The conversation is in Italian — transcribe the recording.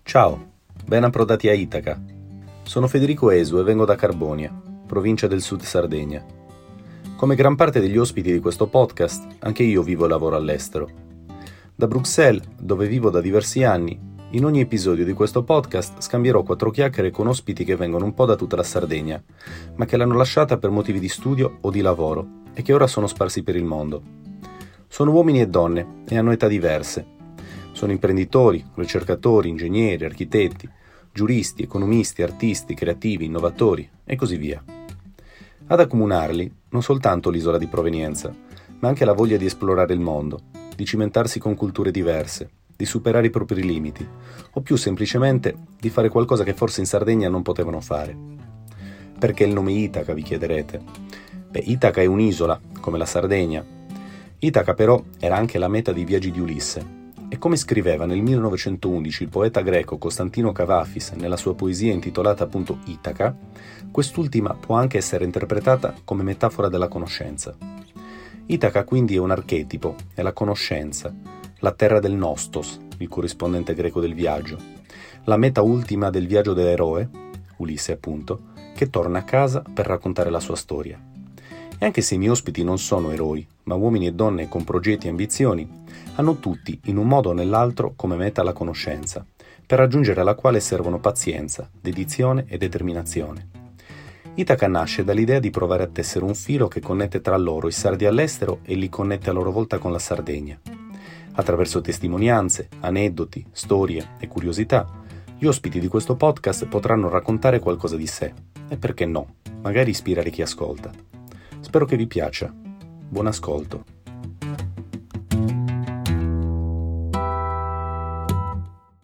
Ciao, ben approdati a Itaca. Sono Federico Esu e vengo da Carbonia, provincia del Sud Sardegna. Come gran parte degli ospiti di questo podcast, anche io vivo e lavoro all'estero. Da Bruxelles, dove vivo da diversi anni, in ogni episodio di questo podcast scambierò 4 chiacchiere con ospiti che vengono un po' da tutta la Sardegna, ma che l'hanno lasciata per motivi di studio o di lavoro e che ora sono sparsi per il mondo. Sono uomini e donne e hanno età diverse. Sono imprenditori, ricercatori, ingegneri, architetti, giuristi, economisti, artisti, creativi, innovatori e così via. Ad accomunarli non soltanto l'isola di provenienza, ma anche la voglia di esplorare il mondo, di cimentarsi con culture diverse, di superare i propri limiti, o più semplicemente di fare qualcosa che forse in Sardegna non potevano fare. Perché il nome Itaca, vi chiederete? Itaca è un'isola, come la Sardegna. Itaca però era anche la meta dei viaggi di Ulisse. E come scriveva nel 1911 il poeta greco Costantino Kavafis nella sua poesia intitolata appunto Itaca, quest'ultima può anche essere interpretata come metafora della conoscenza. Itaca quindi è un archetipo, è la conoscenza, la terra del nostos, il corrispondente greco del viaggio, la meta ultima del viaggio dell'eroe, Ulisse appunto, che torna a casa per raccontare la sua storia. E anche se i miei ospiti non sono eroi, ma uomini e donne con progetti e ambizioni, hanno tutti, in un modo o nell'altro, come meta la conoscenza, per raggiungere la quale servono pazienza, dedizione e determinazione. Itaca nasce dall'idea di provare a tessere un filo che connette tra loro i sardi all'estero e li connette a loro volta con la Sardegna. Attraverso testimonianze, aneddoti, storie e curiosità, gli ospiti di questo podcast potranno raccontare qualcosa di sé e, perché no, magari ispirare chi ascolta. Spero che vi piaccia. Buon ascolto.